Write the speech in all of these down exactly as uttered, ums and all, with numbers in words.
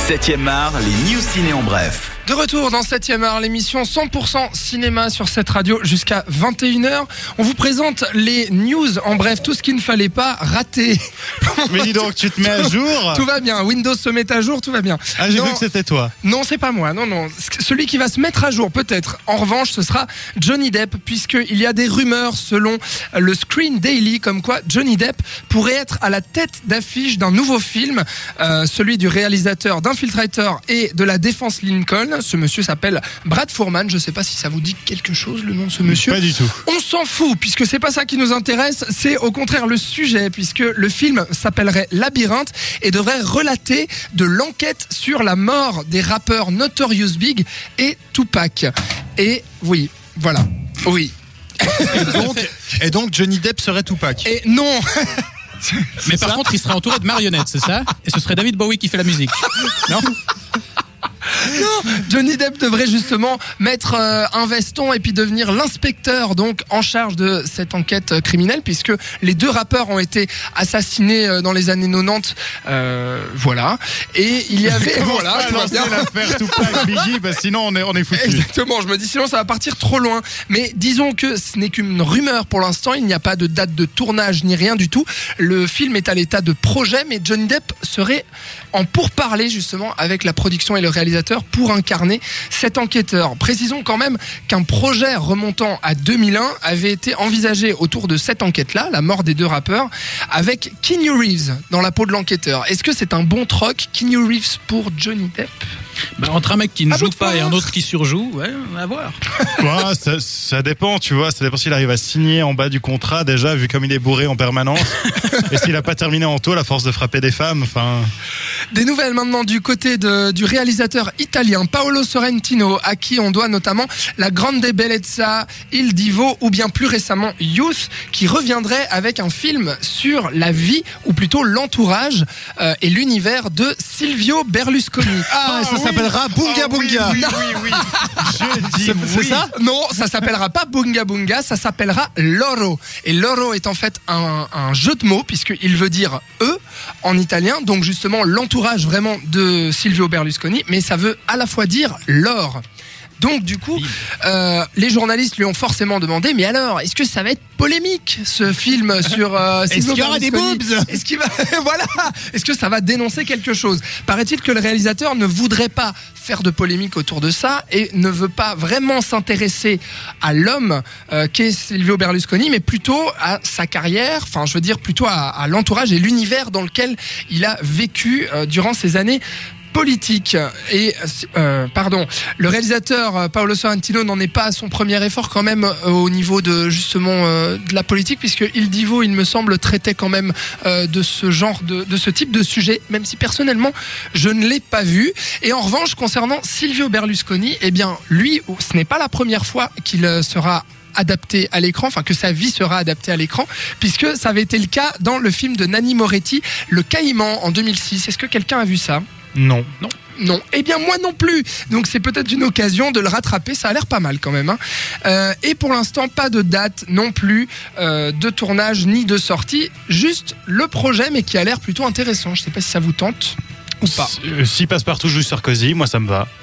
septième art, les news ciné en bref. De retour dans septième art, l'émission cent pour cent cinéma sur cette radio jusqu'à vingt et une heures. On vous présente les news en bref, tout ce qu'il ne fallait pas rater. Mais dis donc, tu te mets à jour? Tout va bien, Windows se met à jour, tout va bien. Ah, j'ai non, vu que c'était toi. Non, c'est pas moi, non, non. Celui qui va se mettre à jour, peut-être, en revanche, ce sera Johnny Depp, puisqu'il y a des rumeurs selon le Screen Daily, comme quoi Johnny Depp pourrait être à la tête d'affiche d'un nouveau film, euh, celui du réalisateur d'Infiltrator et de La Défense Lincoln. Ce monsieur s'appelle Brad Foreman. Je sais pas si ça vous dit quelque chose, le nom de ce monsieur. Pas du tout. On s'en fout, puisque c'est pas ça qui nous intéresse, c'est au contraire le sujet, puisque le film s'appellerait Labyrinthe et devrait relater de l'enquête sur la mort des rappeurs Notorious Big et Tupac. Et oui, voilà, oui. Et donc, et donc Johnny Depp serait Tupac. Et non. Mais par ça contre, il sera entouré de marionnettes, c'est ça? Et ce serait David Bowie qui fait la musique. Non? Non, Johnny Depp devrait justement mettre euh, un veston et puis devenir l'inspecteur donc en charge de cette enquête euh, criminelle, puisque les deux rappeurs ont été assassinés euh, dans les années quatre-vingt-dix. Euh, voilà. Et il y avait voilà, pas tout va bien. l'affaire Tupac Biggie, parce que sinon on est on est foutu. Exactement, je me dis sinon ça va partir trop loin. Mais disons que ce n'est qu'une rumeur pour l'instant, il n'y a pas de date de tournage ni rien du tout. Le film est à l'état de projet, mais Johnny Depp serait en pourparlers justement avec la production et le réalisateur pour incarner cet enquêteur. Précisons quand même qu'un projet remontant à deux mille un avait été envisagé autour de cette enquête-là, la mort des deux rappeurs, avec Keanu Reeves dans la peau de l'enquêteur. Est-ce que c'est un bon troc, Keanu Reeves pour Johnny Depp? Bah, entre un mec qui ne À joue bout de pas et un force. autre qui surjoue, ouais, on va voir. Ouais, ça, ça dépend, tu vois. Ça dépend s'il arrive à signer en bas du contrat, déjà, vu comme il est bourré en permanence. Et s'il a pas terminé en tôle à force de frapper des femmes, enfin. Des nouvelles maintenant du côté de, du réalisateur italien Paolo Sorrentino, à qui on doit notamment La Grande Bellezza, Il Divo ou bien plus récemment Youth, qui reviendrait avec un film sur la vie ou plutôt l'entourage euh, et l'univers de Silvio Berlusconi. Ah, ça oui. s'appellera Bunga Ah oui, Bunga. oui, oui, oui. Je dis C'est- c'est oui. ça? Non, ça s'appellera pas Bunga Bunga, ça s'appellera Loro. Et Loro est en fait un, un jeu de mots, puisqu'il veut dire eux en italien, donc justement l'entourage vraiment de Silvio Berlusconi, mais ça veut à la fois dire l'or. Donc du coup, euh, les journalistes lui ont forcément demandé, mais alors, est-ce que ça va être polémique ce film sur euh, Silvio qu'il y aura des Berlusconi? boobs? Est-ce qu'il va, voilà, est-ce que ça va dénoncer quelque chose? Paraît-il que le réalisateur ne voudrait pas faire de polémique autour de ça et ne veut pas vraiment s'intéresser à l'homme euh, qu'est Silvio Berlusconi, mais plutôt à sa carrière, enfin je veux dire plutôt à, à l'entourage et l'univers dans lequel il a vécu euh, durant ces années politique. Et euh, pardon, le réalisateur euh, Paolo Sorrentino n'en est pas à son premier effort quand même euh, au niveau de justement euh, de la politique, puisque Il Divo, il me semble, traitait quand même euh, de ce genre de, de ce type de sujet, même si personnellement je ne l'ai pas vu. Et en revanche, concernant Silvio Berlusconi, eh bien lui, ce n'est pas la première fois qu'il euh, sera adapté à l'écran, enfin que sa vie sera adaptée à l'écran, puisque ça avait été le cas dans le film de Nanni Moretti, Le Caïman, en deux mille six. Est-ce que quelqu'un a vu ça? Non. Non. Non, eh bien moi non plus. Donc c'est peut-être une occasion de le rattraper. Ça a l'air pas mal quand même. Hein. Euh, et pour l'instant, pas de date non plus euh, de tournage ni de sortie. Juste le projet, mais qui a l'air plutôt intéressant. Je sais pas si ça vous tente ou pas. Euh, Si Passepartout joue Sarkozy, moi ça me va.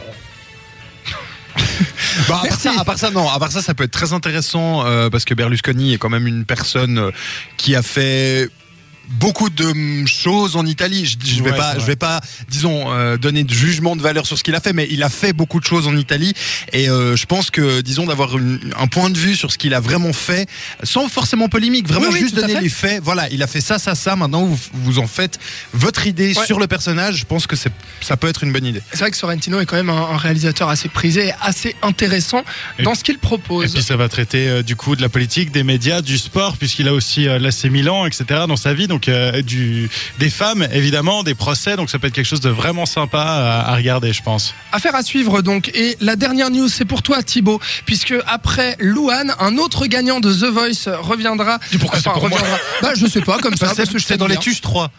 Bah, à, part Merci. ça, à part ça, non. À part ça, ça peut être très intéressant euh, parce que Berlusconi est quand même une personne euh, qui a fait beaucoup de choses en Italie. Je, je vais Ouais, pas, c'est je vrai. vais pas, disons, euh, donner de jugement de valeur sur ce qu'il a fait, mais il a fait beaucoup de choses en Italie. Et euh, je pense que, disons, d'avoir une- un point de vue sur ce qu'il a vraiment fait, sans forcément polémique, vraiment Oui, oui, juste tout à donner fait. les faits. Voilà, il a fait ça, ça, ça. Maintenant, vous, vous en faites votre idée Ouais. sur le personnage. Je pense que c'est, ça peut être une bonne idée. C'est vrai que Sorrentino est quand même un, un réalisateur assez prisé et assez intéressant Et- dans ce qu'il Et propose. puis ça va traiter euh, du coup de la politique, des médias, du sport, puisqu'il a aussi euh, l'A C Milan, et cetera dans sa vie, donc euh, du, des femmes évidemment, des procès, donc ça peut être quelque chose de vraiment sympa à, à regarder, je pense. Affaire à suivre donc. Et la dernière news, c'est pour toi Thibaut, puisque après Louane, un autre gagnant de The Voice reviendra. pourquoi c'est pour moi reviendra. Bah je sais pas, comme ça. Bah, parce que je c'est sais dans les bien. Tuches trois.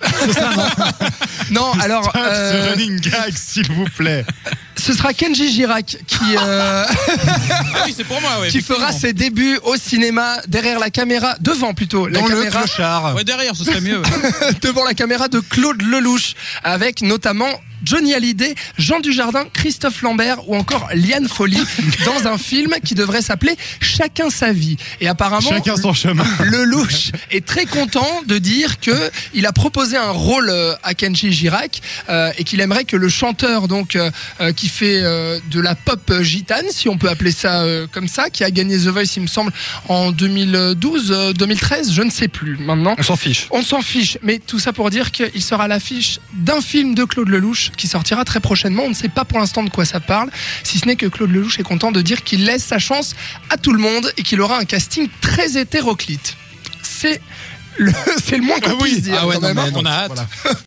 Non, alors Stop euh, ce running gag, s'il vous plaît. ce sera Kenji Girac qui euh, Ah oui, c'est pour moi, ouais. qui fera effectivement. ses débuts au cinéma derrière la caméra, devant plutôt la Dans le caméra. clochard. Ouais, derrière, ce serait mieux. Ouais. devant la caméra de Claude Lelouch, avec notamment Johnny Hallyday, Jean Dujardin, Christophe Lambert ou encore Liane Folly dans un film qui devrait s'appeler Chacun sa vie. Et apparemment, Chacun son chemin. Lelouch est très content de dire que il a proposé un rôle euh, à Kenji Girac euh, et qu'il aimerait que le chanteur donc euh, euh, qui fait euh, de la pop gitane, si on peut appeler ça euh, comme ça, qui a gagné The Voice, il me semble, en deux mille douze, euh, deux mille treize, je ne sais plus maintenant. On s'en fiche. On s'en fiche, mais tout ça pour dire qu'il sera à l'affiche d'un film de Claude Lelouch qui sortira très prochainement. On ne sait pas pour l'instant de quoi ça parle, si ce n'est que Claude Lelouch est content de dire qu'il laisse sa chance à tout le monde et qu'il aura un casting très hétéroclite. C'est le, c'est le moins qu'on Ah oui. puisse dire. Ah ouais, quand non, même, mais hein. non, On a hâte. voilà.